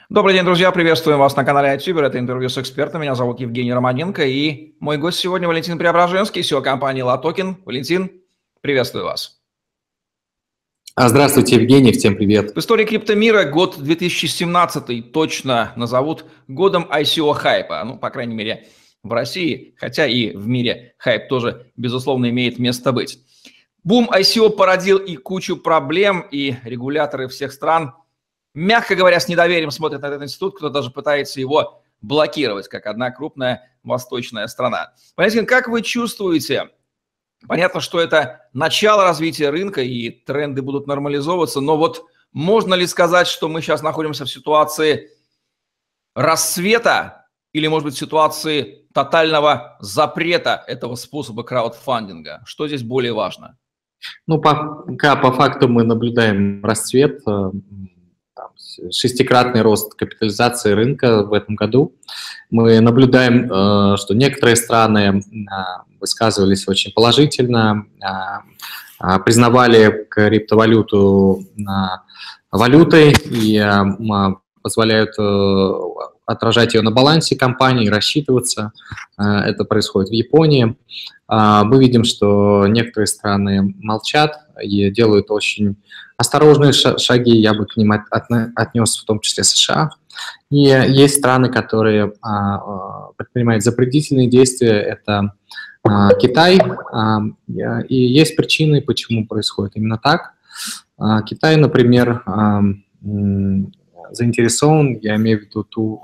Добрый день, друзья! Приветствуем вас на канале iTuber. Это интервью с экспертом. Меня зовут Евгений Романенко. И мой гость сегодня Валентин Преображенский, CEO компании LATOKEN. Валентин, приветствую вас. Здравствуйте, Евгений. Всем привет. В истории криптомира год 2017 точно назовут годом ICO-хайпа. Ну, по крайней мере, в России, хотя и в мире хайп тоже, безусловно, имеет место быть. Бум ICO породил и кучу проблем, и регуляторы всех стран, мягко говоря, с недоверием смотрят на этот институт, кто даже пытается его блокировать, как одна крупная восточная страна. Валентин, как вы чувствуете? Понятно, что это начало развития рынка, и тренды будут нормализовываться, но вот можно ли сказать, что мы сейчас находимся в ситуации расцвета или, может быть, в ситуации тотального запрета этого способа краудфандинга? Что здесь более важно? Ну, пока по факту мы наблюдаем расцвет, шестикратный рост капитализации рынка в этом году. Мы наблюдаем, что некоторые страны высказывались очень положительно, признавали криптовалюту валютой и позволяют отражать ее на балансе компании, рассчитываться. Это происходит в Японии. Мы видим, что некоторые страны молчат и делают очень осторожные шаги, я бы к ним отнес в том числе США. И есть страны, которые предпринимают запретительные действия, это Китай. И есть причины, почему происходит именно так. Китай, например, заинтересован, я имею в виду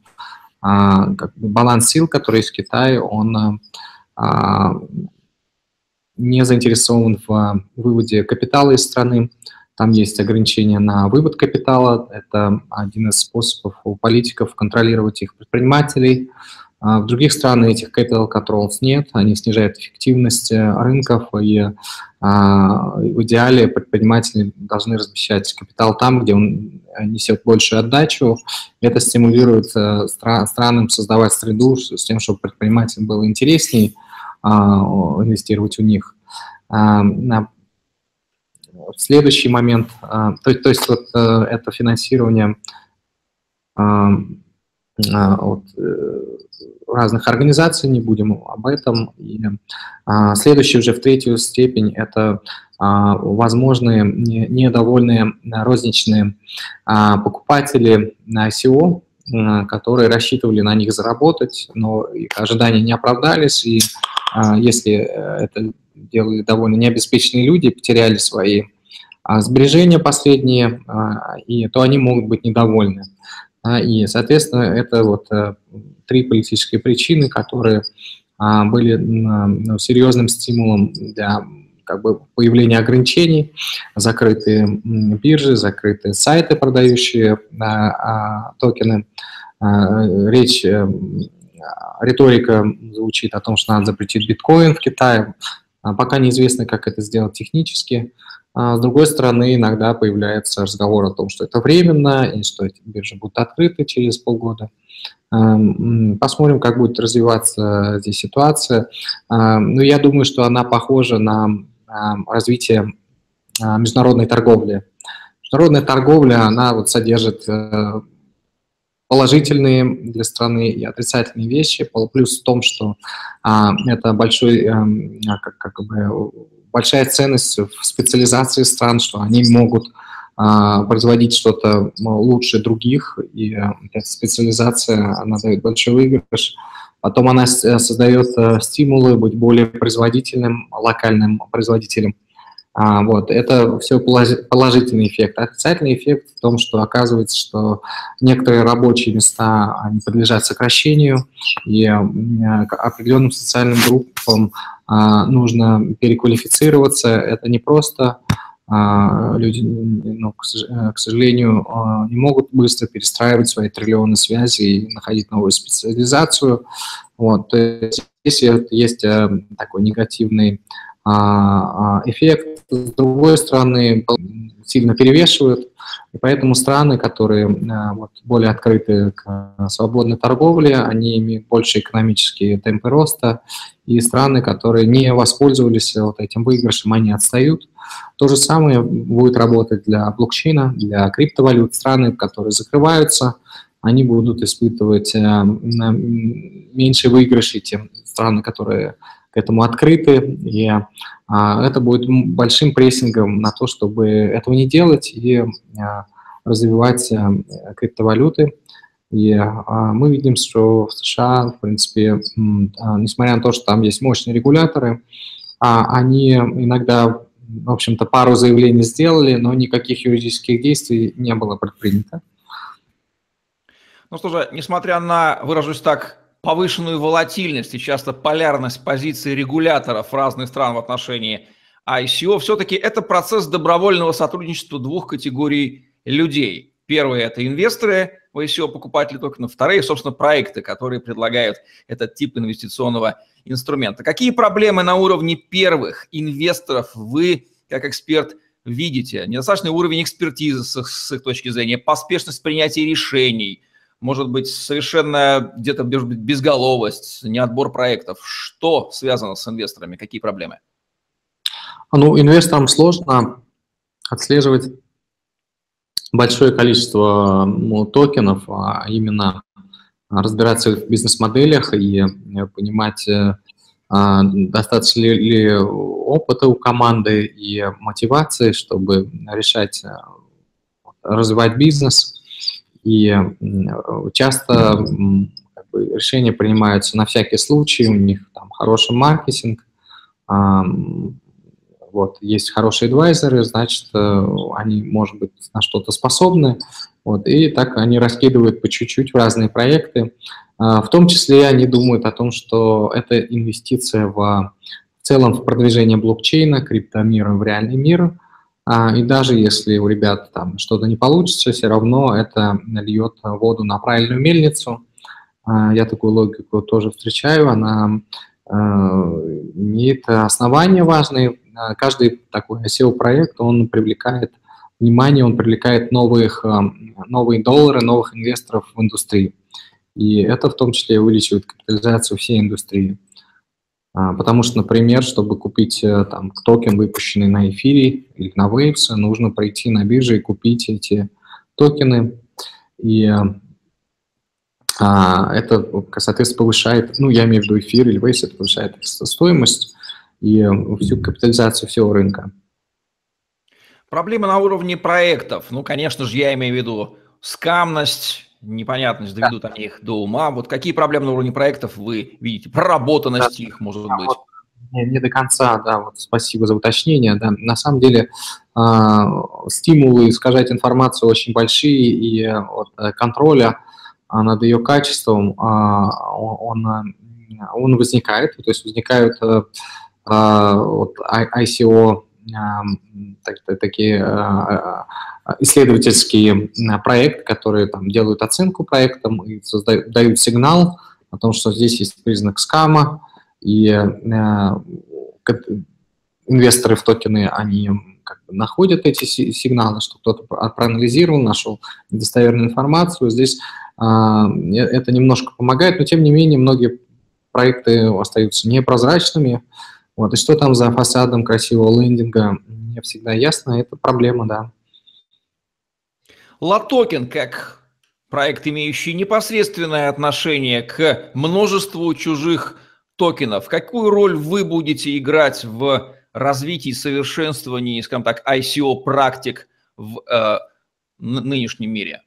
баланс сил, который есть в Китае, он не заинтересован в выводе капитала из страны. Там есть ограничения на вывод капитала. Это один из способов у политиков контролировать их предпринимателей. В других странах этих capital controls нет. Они снижают эффективность рынков. И в идеале предприниматели должны размещать капитал там, где он несет большую отдачу. Это стимулирует странам создавать среду с тем, чтобы предпринимателям было интереснее инвестировать у них. Следующий момент, то есть вот это финансирование от разных организаций, не будем об этом. И следующий уже в третью степень – это возможные недовольные розничные покупатели на ICO, которые рассчитывали на них заработать, но их ожидания не оправдались, и если это делали довольно необеспеченные люди, потеряли свои сбережения последние, и то они могут быть недовольны. И, соответственно, это вот три политические причины, которые были серьезным стимулом для появления ограничений: закрытые биржи, закрытые сайты, продающие токены. Риторика звучит о том, что надо запретить биткоин в Китае. Пока неизвестно, как это сделать технически. С другой стороны, иногда появляется разговор о том, что это временно, и что эти биржи будут открыты через полгода. Посмотрим, как будет развиваться здесь ситуация. Но я думаю, что она похожа на развитие международной торговли. Международная торговля, она вот содержит положительные для страны и отрицательные вещи. Плюс в том, что это большая ценность в специализации стран, что они могут производить что-то лучше других, и эта специализация, она дает большой выигрыш. Потом она создает стимулы быть более производительным, локальным производителем. Вот, это все положительный эффект. Отрицательный эффект в том, что оказывается, что некоторые рабочие места они подлежат сокращению, и определенным социальным группам нужно переквалифицироваться. Это не просто. Люди, к сожалению, не могут быстро перестраивать свои триллионы связей и находить новую специализацию. Вот, то есть здесь есть такой негативный эффект. С другой стороны, сильно перевешивают, и поэтому страны, которые более открыты к свободной торговле, они имеют больше экономические темпы роста, и страны, которые не воспользовались вот этим выигрышем, они отстают. То же самое будет работать для блокчейна, для криптовалют. Страны, которые закрываются, они будут испытывать меньшие выигрыши, те страны, которые к этому открыты, и это будет большим прессингом на то, чтобы этого не делать и развивать криптовалюты. И мы видим, что в США, в принципе, несмотря на то, что там есть мощные регуляторы, они иногда, в общем-то, пару заявлений сделали, но никаких юридических действий не было предпринято. Ну что же, несмотря на, выражусь так, повышенную волатильность и часто полярность позиций регуляторов разных стран в отношении ICO, все-таки это процесс добровольного сотрудничества двух категорий людей. Первые – это инвесторы в ICO, покупатели токенов. Вторые, собственно, проекты, которые предлагают этот тип инвестиционного инструмента. Какие проблемы на уровне первых инвесторов вы, как эксперт, видите? Недостаточный уровень экспертизы с их точки зрения, поспешность принятия решений, может быть, совершенно где-то безголовость, неотбор проектов. Что связано с инвесторами? Какие проблемы? Ну, инвесторам сложно отслеживать большое количество токенов, а именно разбираться в бизнес-моделях и понимать, достаточно ли опыта у команды и мотивации, чтобы решать, развивать бизнес. И часто решения принимаются на всякий случай, у них там хороший маркетинг, вот, есть хорошие адвайзеры, значит, они, может быть, на что-то способны, вот, и так они раскидывают по чуть-чуть в разные проекты. В том числе они думают о том, что это инвестиция в целом в продвижение блокчейна, криптомира в реальный мир. И даже если у ребят там что-то не получится, все равно это нальет воду на правильную мельницу. Я такую логику тоже встречаю, она имеет основания важные. Каждый такой ICO-проект, он привлекает внимание, он привлекает новые доллары, новых инвесторов в индустрию. И это в том числе увеличивает капитализацию всей индустрии. Потому что, например, чтобы купить там токен, выпущенный на эфире или на Waves, нужно пройти на бирже и купить эти токены. И это, соответственно, повышает, ну, я имею в виду эфир или Waves, это повышает стоимость и всю капитализацию всего рынка. Проблемы на уровне проектов. Ну, конечно же, я имею в виду скамность, непонятность, доведут они их до ума. Вот какие проблемы на уровне проектов вы видите? Проработанность их, может быть? Вот, не до конца, да, вот спасибо за уточнение. Да. На самом деле стимулы искажать информацию очень большие, и от контроля над ее качеством он возникает, то есть возникают вот ICO, такие исследовательские проекты, которые там делают оценку проектам и дают сигнал о том, что здесь есть признак скама, и инвесторы в токены, они как бы находят эти сигналы, что кто-то проанализировал, нашел достоверную информацию. Здесь это немножко помогает, но тем не менее многие проекты остаются непрозрачными. Вот, и что там за фасадом красивого лендинга, не всегда ясно, это проблема, да. LATOKEN, как проект, имеющий непосредственное отношение к множеству чужих токенов, какую роль вы будете играть в развитии, совершенствовании, скажем так, ICO-практик в нынешнем мире?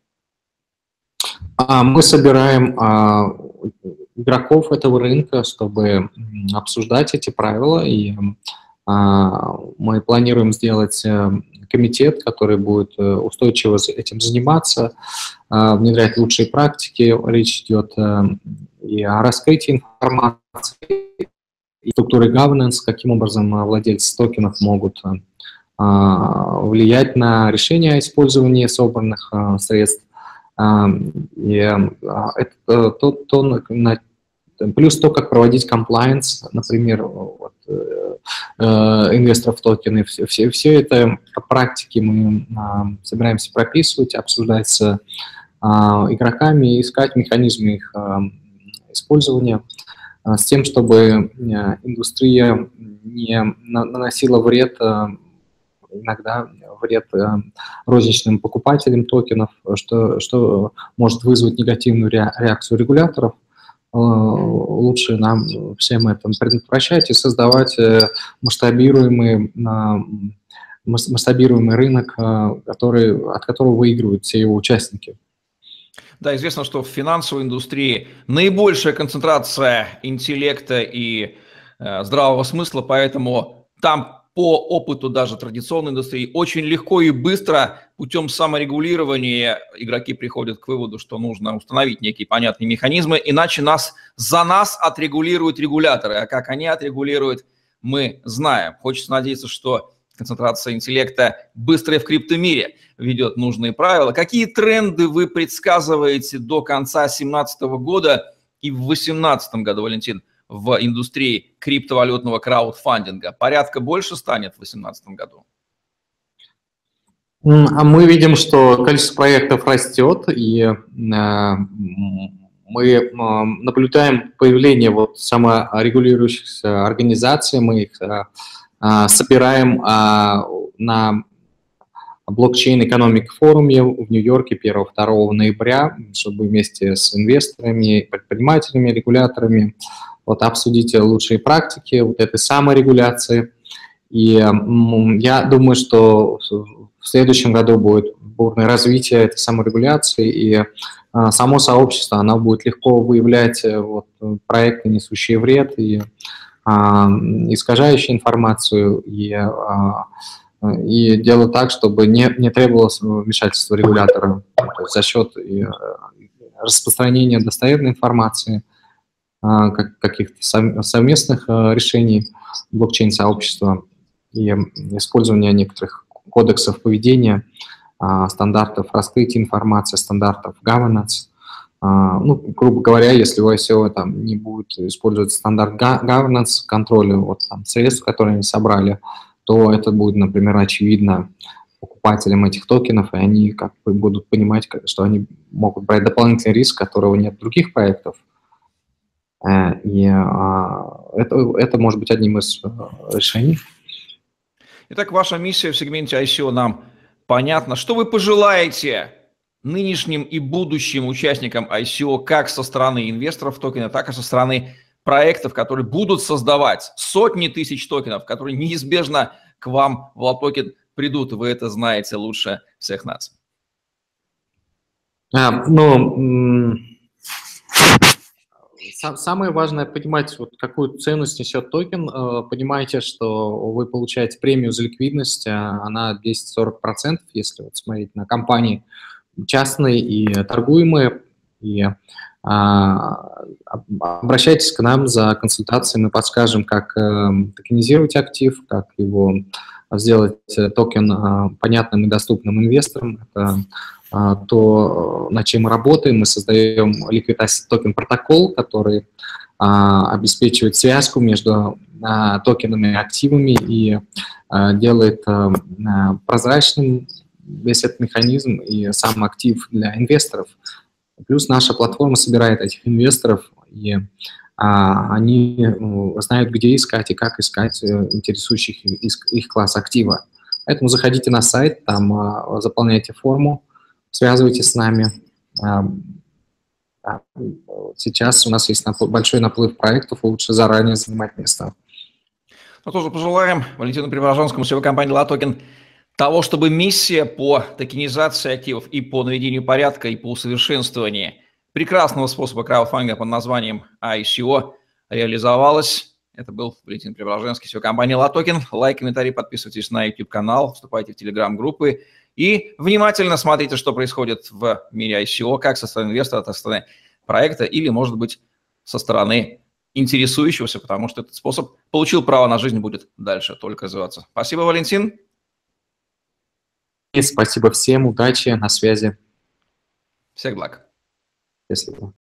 Мы собираем игроков этого рынка, чтобы обсуждать эти правила, и мы планируем сделать комитет, который будет устойчиво этим заниматься, внедрять лучшие практики. Речь идет и о раскрытии информации, и структуре governance, каким образом владельцы токенов могут влиять на решение о использовании собранных средств. И это плюс то, как проводить комплайенс, например, вот, инвесторов в токены. Все это практики мы собираемся прописывать, обсуждать с игроками, искать механизмы их использования. с тем, чтобы индустрия не наносила вред, иногда вред розничным покупателям токенов, что может вызвать негативную реакцию регуляторов. Лучше нам всем это предотвращать и создавать масштабируемый рынок, от которого выигрывают все его участники. Да, известно, что в финансовой индустрии наибольшая концентрация интеллекта и здравого смысла, поэтому там по опыту даже традиционной индустрии очень легко и быстро путем саморегулирования игроки приходят к выводу, что нужно установить некие понятные механизмы, иначе за нас отрегулируют регуляторы, а как они отрегулируют, мы знаем. Хочется надеяться, что концентрация интеллекта быстрая в криптомире ведет нужные правила. Какие тренды вы предсказываете до конца 2017 года и в 2018 году, Валентин, в индустрии криптовалютного краудфандинга? Порядка больше станет в 2018 году? Мы видим, что количество проектов растет, и мы наблюдаем появление саморегулирующихся организаций, мы их собираем на блокчейн экономик форуме в Нью-Йорке 1-2 ноября, чтобы вместе с инвесторами, предпринимателями, регуляторами обсудить лучшие практики этой саморегуляции. И я думаю, что в следующем году будет бурное развитие этой саморегуляции, и само сообщество, оно будет легко выявлять проекты, несущие вред, и искажающие информацию, и делать так, чтобы не требовалось вмешательства регулятора за счет распространения достоверной информации, каких-то совместных решений блокчейн-сообщества и использования некоторых кодексов поведения, стандартов раскрытия информации, стандартов governance. Грубо говоря, если у ICO не будет использовать стандарт governance, контроля средств, которые они собрали, то это будет, например, очевидно покупателям этих токенов, и они будут понимать, что они могут брать дополнительный риск, которого нет в других проектов. И это может быть одним из решений. Итак, ваша миссия в сегменте ICO нам понятна. Что вы пожелаете нынешним и будущим участникам ICO как со стороны инвесторов токена, так и со стороны проектов, которые будут создавать сотни тысяч токенов, которые неизбежно к вам в Латокен придут, и вы это знаете лучше всех нас? Самое важное понимать, какую ценность несет токен. Понимаете, что вы получаете премию за ликвидность, она 10-40%, если смотреть на компании частные и торгуемые. И обращайтесь к нам за консультацией, мы подскажем, как токенизировать актив, как его сделать токен понятным и доступным инвесторам. Это то, над чем мы работаем. Мы создаем Liquid Asset Token протокол, который обеспечивает связку между токенами и активами и делает прозрачным весь этот механизм и сам актив для инвесторов. Плюс наша платформа собирает этих инвесторов, и они знают, где искать и как искать интересующих их класс актива. Поэтому заходите на сайт, там заполняйте форму, связывайтесь с нами. Сейчас у нас есть большой наплыв проектов, лучше заранее занимать место. Тоже пожелаем Валентину Преображенскому, CEO компании LATOKEN, того, чтобы миссия по токенизации активов и по наведению порядка, и по усовершенствованию прекрасного способа краудфандинга под названием ICO реализовалась. Это был Валентин Преображенский, CEO компании LATOKEN. Лайк, комментарий, подписывайтесь на YouTube-канал, вступайте в Telegram-группы и внимательно смотрите, что происходит в мире ICO, как со стороны инвестора, так со стороны проекта или, может быть, со стороны интересующегося, потому что этот способ получил право на жизнь, будет дальше только развиваться. Спасибо, Валентин. И спасибо всем, удачи, на связи. Всех благ. Спасибо.